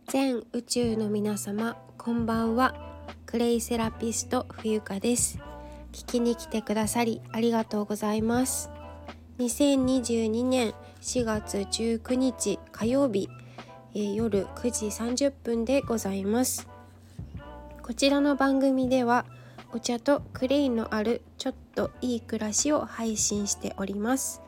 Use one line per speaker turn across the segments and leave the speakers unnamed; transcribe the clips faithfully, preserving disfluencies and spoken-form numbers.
全宇宙の皆様、こんばんは。クレイセラピスト冬香です。聞きに来てくださりありがとうございます。にせんにじゅうにねんしがつじゅうくにち火曜日、えー、夜くじさんじゅっぷんでございます。こちらの番組ではお茶とクレイのあるちょっといい暮らしを配信しております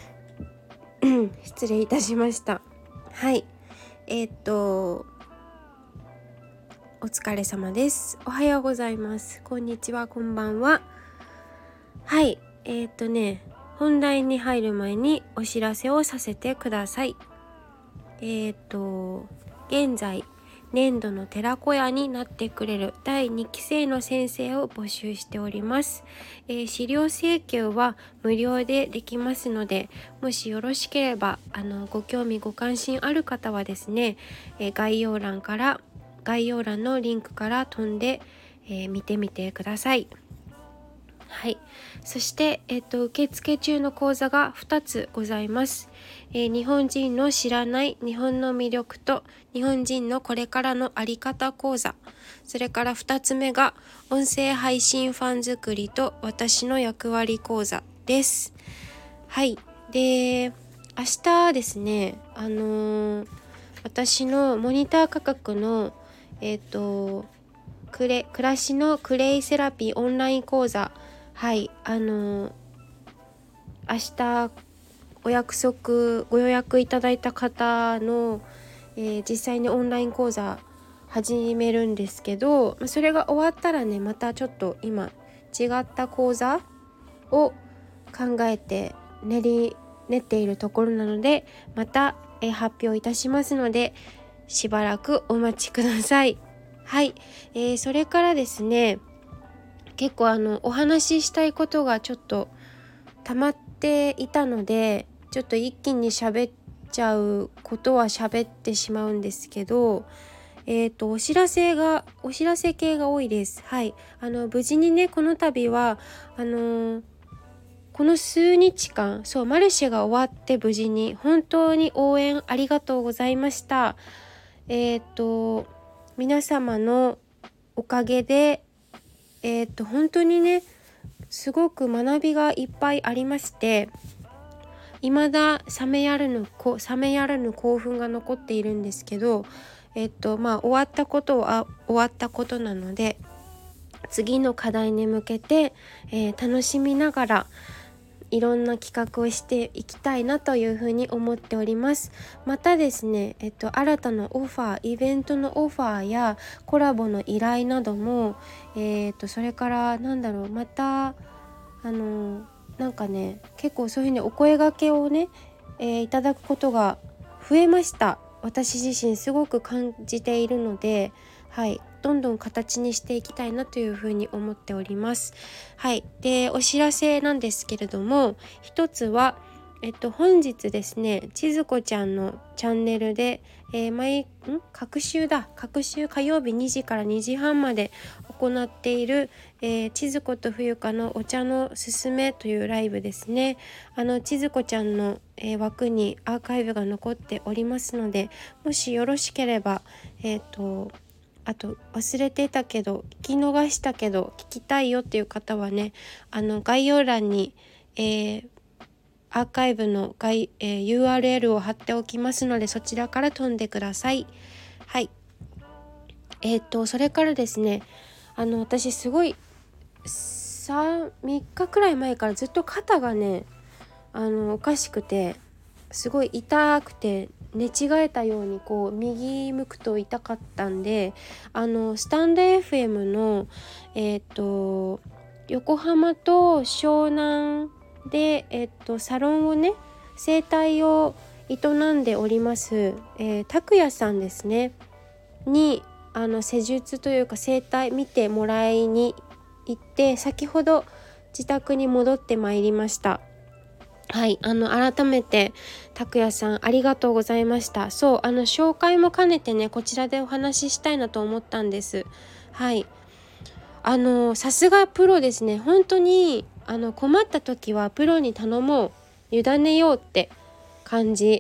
失礼いたしました。はいえー、っとお疲れ様です。おはようございます。こんにちは、こんばんは。はいえー、っとね本題に入る前にお知らせをさせてください。えー、っと現在年度の寺子屋になってくれるだいにきせいの先生を募集しております。えー、資料請求は無料でできますので、もしよろしければあのご興味ご関心ある方はですね、えー、概要欄から概要欄のリンクから飛んで、えー、見てみてください。はい、そして、えっと、受付中の講座がふたつございます。えー、日本人の知らない日本の魅力と日本人のこれからのあり方講座、それからふたつめが音声配信ファン作りと私の役割講座です。はいで明日ですね、あのー、私のモニター価格のえっとクレ暮らしのクレイセラピーオンライン講座、はいあの明日お約束ご予約いただいた方の、えー、実際にオンライン講座始めるんですけど、それが終わったらね、またちょっと今違った講座を考えて練り練っているところなので、また、えー、発表いたしますので、しばらくお待ちください。はい、えー、それからですね、結構あのお話ししたいことがちょっと溜まっていたので、ちょっと一気に喋っちゃうことは喋ってしまうんですけど、えーとお知らせがお知らせ系が多いです。はいあの無事にね、この度はあのー、この数日間、そうマルシェが終わって無事に本当に応援ありがとうございました。えーと皆様のおかげでえー、っと本当にね、すごく学びがいっぱいありまして、未だ冷めやらぬ冷めやらぬ興奮が残っているんですけど、えー、っとまあ終わったことは終わったことなので、次の課題に向けて、えー、楽しみながらいろんな企画をしていきたいなというふうに思っております。またですね、えっと、新たなオファー、イベントのオファーやコラボの依頼なども、えー、っとそれからなんだろう、またあのなんかね、結構そういうふうにお声掛けをね、えー、いただくことが増えました。私自身すごく感じているので、はいどんどん形にしていきたいなというふうに思っております。はいでお知らせなんですけれども、一つはえっと本日ですね、ちずこちゃんのチャンネルで、えー、毎ん各週だ各週火曜日にじからにじはんまで行っている、えー、ちずこと冬香のお茶のすすめというライブですね。あのちずこちゃんの、えー、枠にアーカイブが残っておりますので、もしよろしければえっとあと忘れてたけど聞き逃したけど聞きたいよっていう方はね、あの概要欄に、えー、アーカイブの概、えー、ユーアールエル を貼っておきますので、そちらから飛んでください。はいえっとそれからですね、あの私すごいさみっかくらい前からずっと肩がねあのおかしくて、すごい痛くて寝違えたようにこう右向くと痛かったんで、あのスタンド エフエム のえっと横浜と湘南で、えっと、サロンをね整体を営んでおります、えー、拓也さんですねにあの施術というか整体見てもらいに行って、先ほど自宅に戻ってまいりました。はいあの改めて拓也さんありがとうございました。そうあの紹介も兼ねてね、こちらでお話ししたいなと思ったんです。はいあのさすがプロですね。本当にあの困った時はプロに頼もう、委ねようって感じ。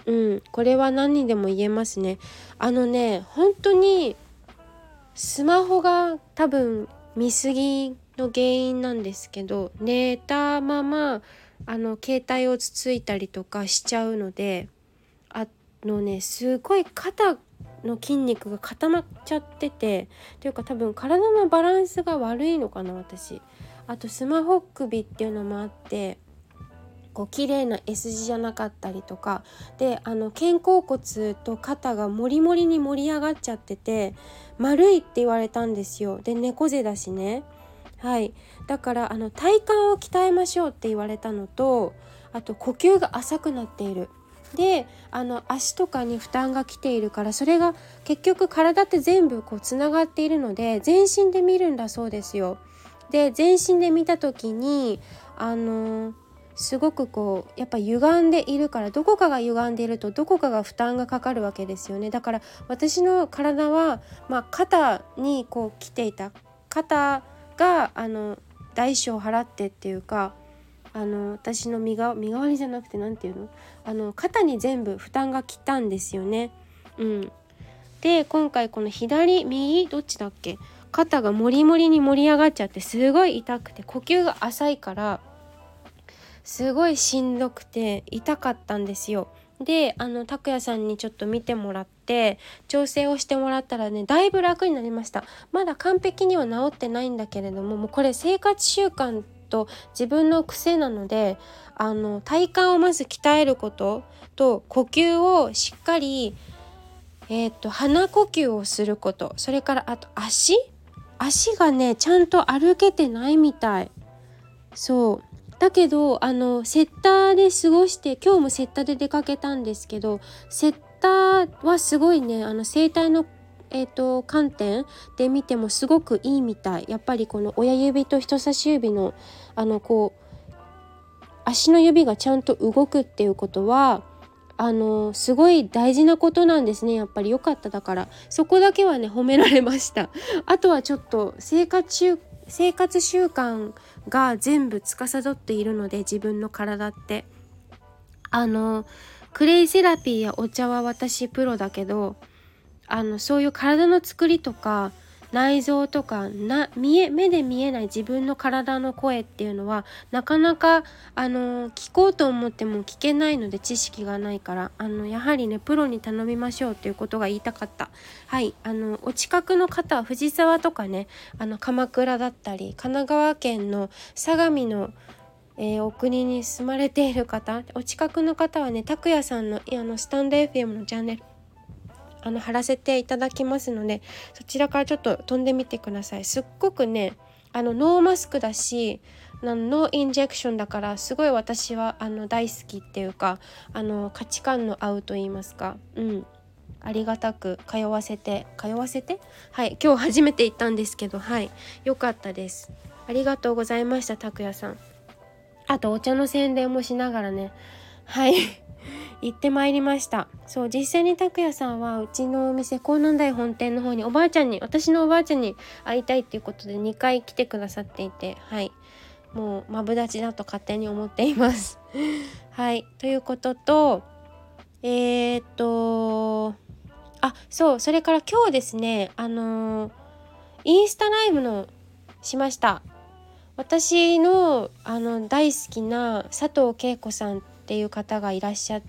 うん、これは何にでも言えますね。あのね、本当にスマホが多分見過ぎの原因なんですけど、寝たままあの携帯をつついたりとかしちゃうので、あのねすごい肩の筋肉が固まっちゃってて、というか多分体のバランスが悪いのかな私。あとスマホ首っていうのもあって、こう綺麗な S 字じゃなかったりとかで、あの肩甲骨と肩がモリモリに盛り上がっちゃってて丸いって言われたんですよ。で猫背だしね。はい、だからあの体幹を鍛えましょうって言われたのと、あと呼吸が浅くなっている。であの足とかに負担がきているから、それが結局体って全部こうつながっているので全身で見るんだそうですよ。で全身で見た時にあのすごくこうやっぱ歪んでいるから、どこかが歪んでいるとどこかが負担がかかるわけですよね。だから私の体は、まあ、肩にこう来ていた肩があの代償を払ってっていうか、あの私の身が身代わりじゃなくてなんていうの、あの肩に全部負担が来たんですよね。うん、で今回この左右どっちだっけ、肩がモリモリに盛り上がっちゃってすごい痛くて、呼吸が浅いからすごいしんどくて痛かったんですよ。であの拓也さんにちょっと見てもらって調整をしてもらったらね、だいぶ楽になりました。まだ完璧には治ってないんだけれども、もうこれ生活習慣と自分の癖なので、あの体幹をまず鍛えることと呼吸をしっかり、えー、と鼻呼吸をすること、それからあと足足がねちゃんと歩けてないみたい。そうだけどあのセッターで過ごして、今日もセッターで出かけたんですけど、セッターはすごいね、あの整体の、えー、と観点で見てもすごくいいみたい。やっぱりこの親指と人差し指のあのこう足の指がちゃんと動くっていうことはあのすごい大事なことなんですね。やっぱり良かった。だからそこだけはね褒められました。あとはちょっと生活習生活習慣が全部司っているので、自分の体ってあのクレイセラピーやお茶は私プロだけど、あのそういう体の作りとか内臓とかな見え目で見えない自分の体の声っていうのはなかなかあの聞こうと思っても聞けないので、知識がないから、あのやはりねプロに頼みましょうっていうことが言いたかった。はい、あのお近くの方は藤沢とかね、あの鎌倉だったり神奈川県の相模のえー、お国に住まれている方、お近くの方はね、拓也さんのあのスタンド エフエム のチャンネルあの貼らせていただきますので、そちらからちょっと飛んでみてください。すっごくねあのノーマスクだし、ノーインジェクションだから、すごい私はあの大好きっていうか、あの価値観の合うと言いますか、うんありがたく通わせて通わせてはい今日初めて行ったんですけど、はい良かったです。ありがとうございました拓也さん。あとお茶の宣伝もしながらね、はい行ってまいりました。そう実際に拓也さんはうちのお店江南台本店の方におばあちゃんに私のおばあちゃんに会いたいっていうことでにかい来てくださっていて、はいもうマブダチだと勝手に思っていますはいということとえー、っとあそうそれから今日ですね、あのー、インスタライブのしました。私のあの大好きな佐藤恵子さんっていう方がいらっしゃって、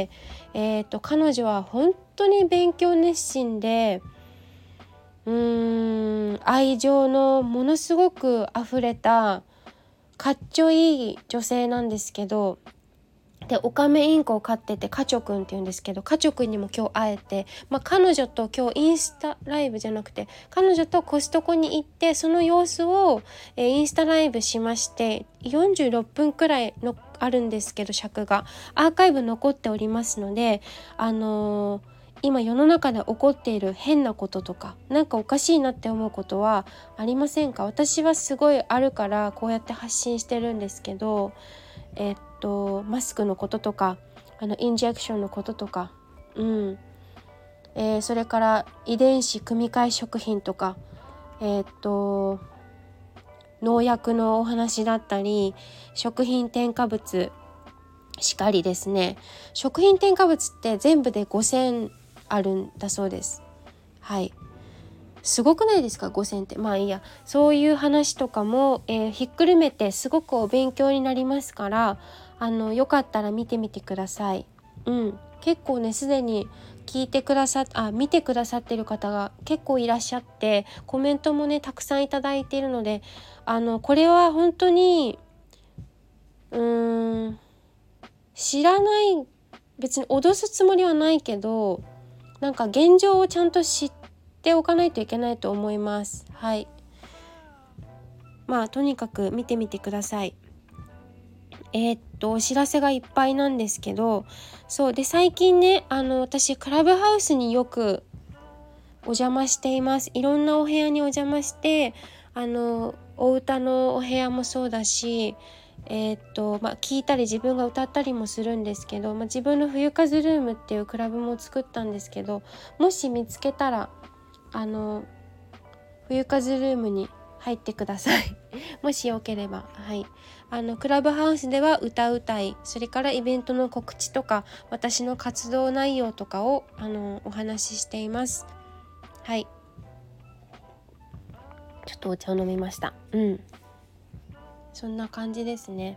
えーと、彼女は本当に勉強熱心で、うーん愛情のものすごく溢れたかっちょいい女性なんですけど、でオカメインコを飼っててカチョくんっていうんですけど、カチョくんにも今日会えて、まあ、彼女と今日インスタライブじゃなくて彼女とコストコに行って、その様子を、えー、インスタライブしまして、よんじゅうろっぷんくらいのあるんですけど、尺がアーカイブ残っておりますので、あのー、今世の中で起こっている変なこととかなんかおかしいなって思うことはありませんか？私はすごいあるからこうやって発信してるんですけど、えー、っとマスクのこととかあのインジェクションのこととか、うんえー、それから遺伝子組み換え食品とか、えー、っと農薬のお話だったり、食品添加物、 しかりですね、食品添加物って全部でごせんあるんだそうです。はい、すごくないですか？ごせんって。まあいいや、そういう話とかも、えーひっくるめてすごくお勉強になりますから、あのよかったら見てみてください。うん、結構ね、すでに聞いてくださっあ見てくださってる方が結構いらっしゃって、コメントもねたくさんいただいているので、あのこれは本当にうーん知らない、別に脅すつもりはないけど、なんか現状をちゃんと知っておかないといけないと思います。はい、まあとにかく見てみてください。えー、っとお知らせがいっぱいなんですけど、そうで、最近ね、あの私クラブハウスによくお邪魔しています。いろんなお部屋にお邪魔して、あのお歌のお部屋もそうだし、えー、っとまあ聞いたり自分が歌ったりもするんですけど、まあ、自分の冬風ルームっていうクラブも作ったんですけど、もし見つけたらあの冬風ルームに入ってくださいもしよければ。はい、あのクラブハウスでは歌うたい、それからイベントの告知とか私の活動内容とかをあのお話ししています。はい、ちょっとお茶を飲みました。うん、そんな感じですね。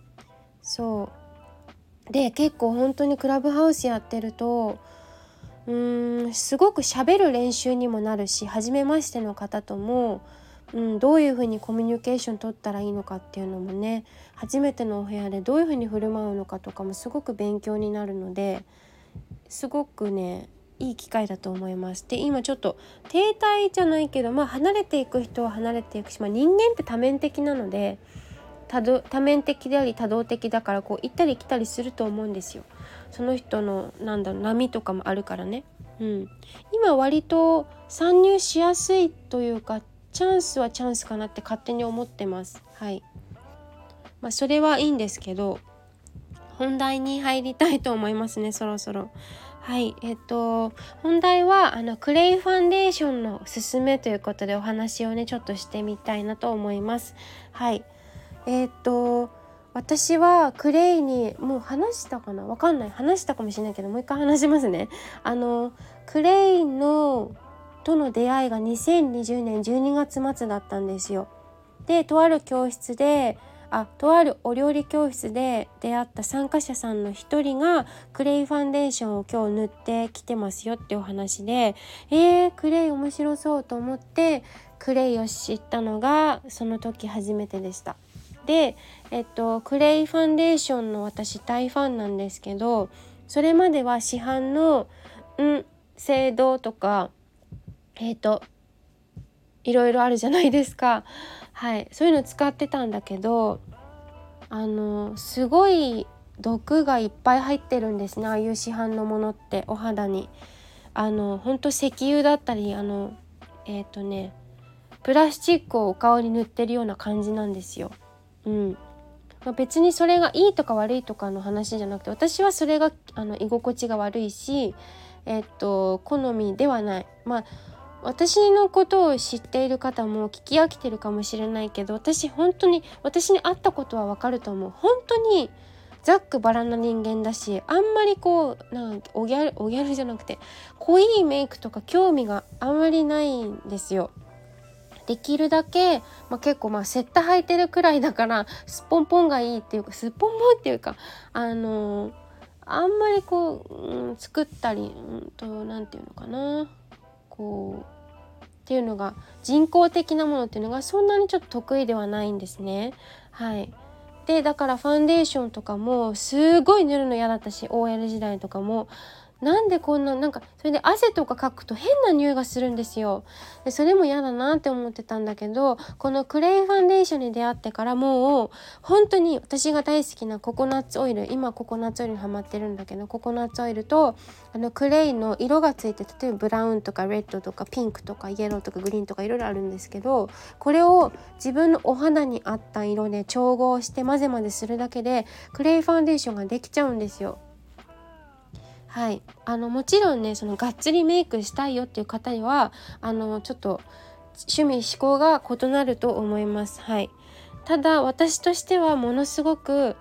そうで、結構本当にクラブハウスやってるとうーんすごく喋る練習にもなるし、初めましての方とも、うん、どういうふうにコミュニケーション取ったらいいのかっていうのもね、初めてのお部屋でどういうふうに振る舞うのかとかもすごく勉強になるので、すごくねいい機会だと思います。で、今ちょっと停滞じゃないけど、まあ離れていく人は離れていくし、まあ、人間って多面的なので、多動多面的であり多動的だから、こう行ったり来たりすると思うんですよ。その人のなんだろう波とかもあるからね。うん、今割と参入しやすいというか、チャンスはチャンスかなって勝手に思ってます。はい、まあ、それはいいんですけど、本題に入りたいと思いますね、そろそろ。はい、えっと本題はあのクレイファンデーションのすすめということでお話をねちょっとしてみたいなと思います。はい、えっと私はクレイにもう話したかな、わかんない、話したかもしれないけどもう一回話しますね。あのクレイのとの出会いがにせんにじゅうねんじゅうにがつ末だったんですよ。で、とある教室であとあるお料理教室で出会った参加者さんの一人がクレイファンデーションを今日塗ってきてますよってお話で、えー、クレイ面白そうと思ってクレイを知ったのがその時初めてでした。で、えっと、クレイファンデーションの私大ファンなんですけど、それまでは市販のん青銅とかえっといろいろあるじゃないですか。はい、そういうの使ってたんだけど、あのすごい毒がいっぱい入ってるんですね、ああいう市販のものってお肌に。あのほんと石油だったり、あのえっとねプラスチックをお顔に塗ってるような感じなんですよ。うん、まあ、別にそれがいいとか悪いとかの話じゃなくて、私はそれがあの居心地が悪いし、えっと好みではない。まあ私のことを知っている方も聞き飽きてるかもしれないけど、私本当に私に会ったことはわかると思う。本当にざっくばらんな人間だし、あんまりこうなんかおギャルおギャルじゃなくて濃いメイクとか興味があんまりないんですよ。できるだけ、まあ、結構まあセッタ履いてるくらいだからすっぽんぽんがいいっていうか、すっぽんぽんっていうか、あのー、あんまりこう、うん、作ったり、うんとなんていうのかな、こうっていうのが人工的なものっていうのがそんなにちょっと得意ではないんですね。はい。でだからファンデーションとかもすごい塗るの嫌だったし、 オーエル 時代とかもなんでこんななんかそれで汗とかかくと変な匂いがするんですよ。でそれも嫌だなって思ってたんだけど、このクレイファンデーションに出会ってからもう本当に私が大好きなココナッツオイル、今ココナッツオイルにハマってるんだけど、ココナッツオイルとあのクレイの色がついて、例えばブラウンとかレッドとかピンクとかイエローとかグリーンとかいろいろあるんですけど、これを自分のお肌に合った色で調合して混ぜ混ぜするだけでクレイファンデーションができちゃうんですよ。はい、あのもちろんね、そのがっつりメイクしたいよっていう方にはあのちょっと趣味嗜好が異なると思います。はい、ただ私としてはものすごく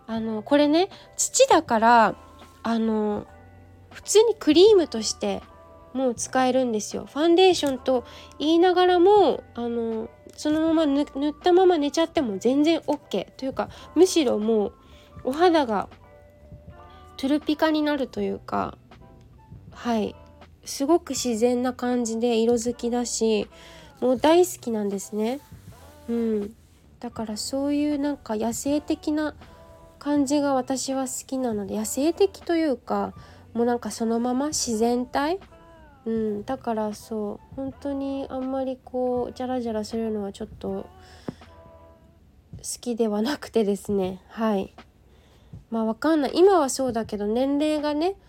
あのこれね土だからあの普通にクリームとしてもう使えるんですよ。ファンデーションと言いながらもあのそのまま塗ったまま寝ちゃっても全然 OK というか、むしろもうお肌がトゥルピカになるというか、はいすごく自然な感じで色づきだし、もう大好きなんですね。うん、だからそういうなんか野生的な感じが私は好きなので、野生的というかもうなんかそのまま自然体、うん、だからそう本当にあんまりこうジャラジャラするのはちょっと好きではなくてですね。はいまあわかんない、今はそうだけど年齢がね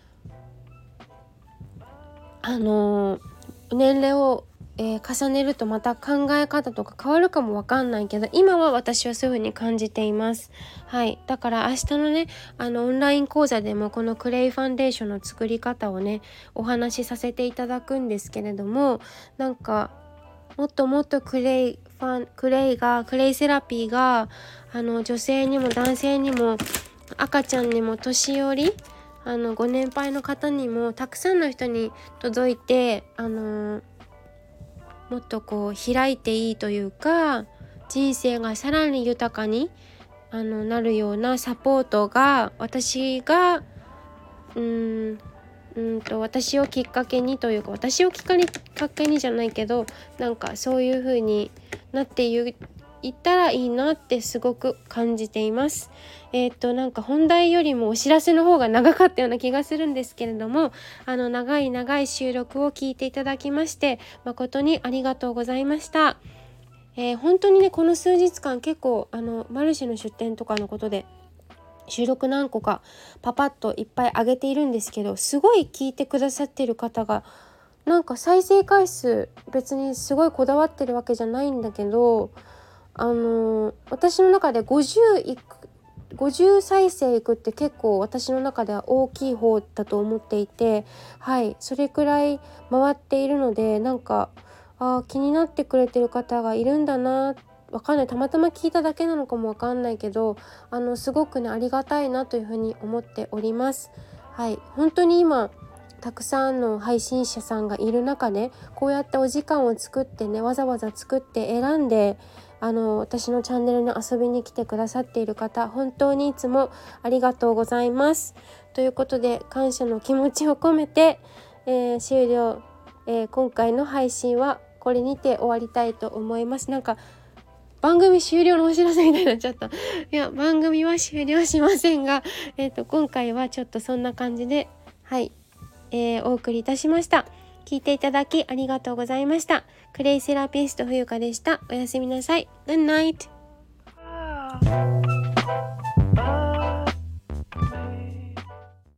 あのー、年齢を、えー、重ねるとまた考え方とか変わるかもわかんないけど、今は私はそういう風に感じています。はいだから明日のねあのオンライン講座でもこのクレイファンデーションの作り方をねお話しさせていただくんですけれども、なんかもっともっとクレイファンクレイがクレイセラピーがあの女性にも男性にも赤ちゃんにも年寄りあのご年配の方にもたくさんの人に届いて、あのー、もっとこう開いていいというか、人生がさらに豊かにあのなるようなサポートが私がうーんうんと私をきっかけにというか、私をきっかけにじゃないけど、なんかそういう風になっていったらいいなってすごく感じています。えー、っとなんか本題よりもお知らせの方が長かったような気がするんですけれども、あの長い長い収録を聞いていただきまして誠にありがとうございました。えー、本当にねこの数日間結構あのマルシェの出店とかのことで収録何個かパパッといっぱい上げているんですけど、すごい聞いてくださっている方がなんか再生回数別にすごいこだわってるわけじゃないんだけど、あのー、私の中でごじゅういくごじゅう再生いくって結構私の中では大きい方だと思っていて、はいそれくらい回っているので、なんかあ気になってくれてる方がいるんだな、わかんない、たまたま聞いただけなのかもわかんないけど、あのすごくねありがたいなというふうに思っております。はい本当に今たくさんの配信者さんがいる中でこうやってお時間を作ってね、わざわざ作って選んであの私のチャンネルに遊びに来てくださっている方、本当にいつもありがとうございます。ということで感謝の気持ちを込めて、えー、終了、えー、今回の配信はこれにて終わりたいと思います。なんか番組終了のお知らせみたいになっちゃった。いや番組は終了しませんが、えーと、今回はちょっとそんな感じではい、えー、お送りいたしました。聞いていただきありがとうございました。クレイセラピスト冬香でした。おやすみなさい。Good night。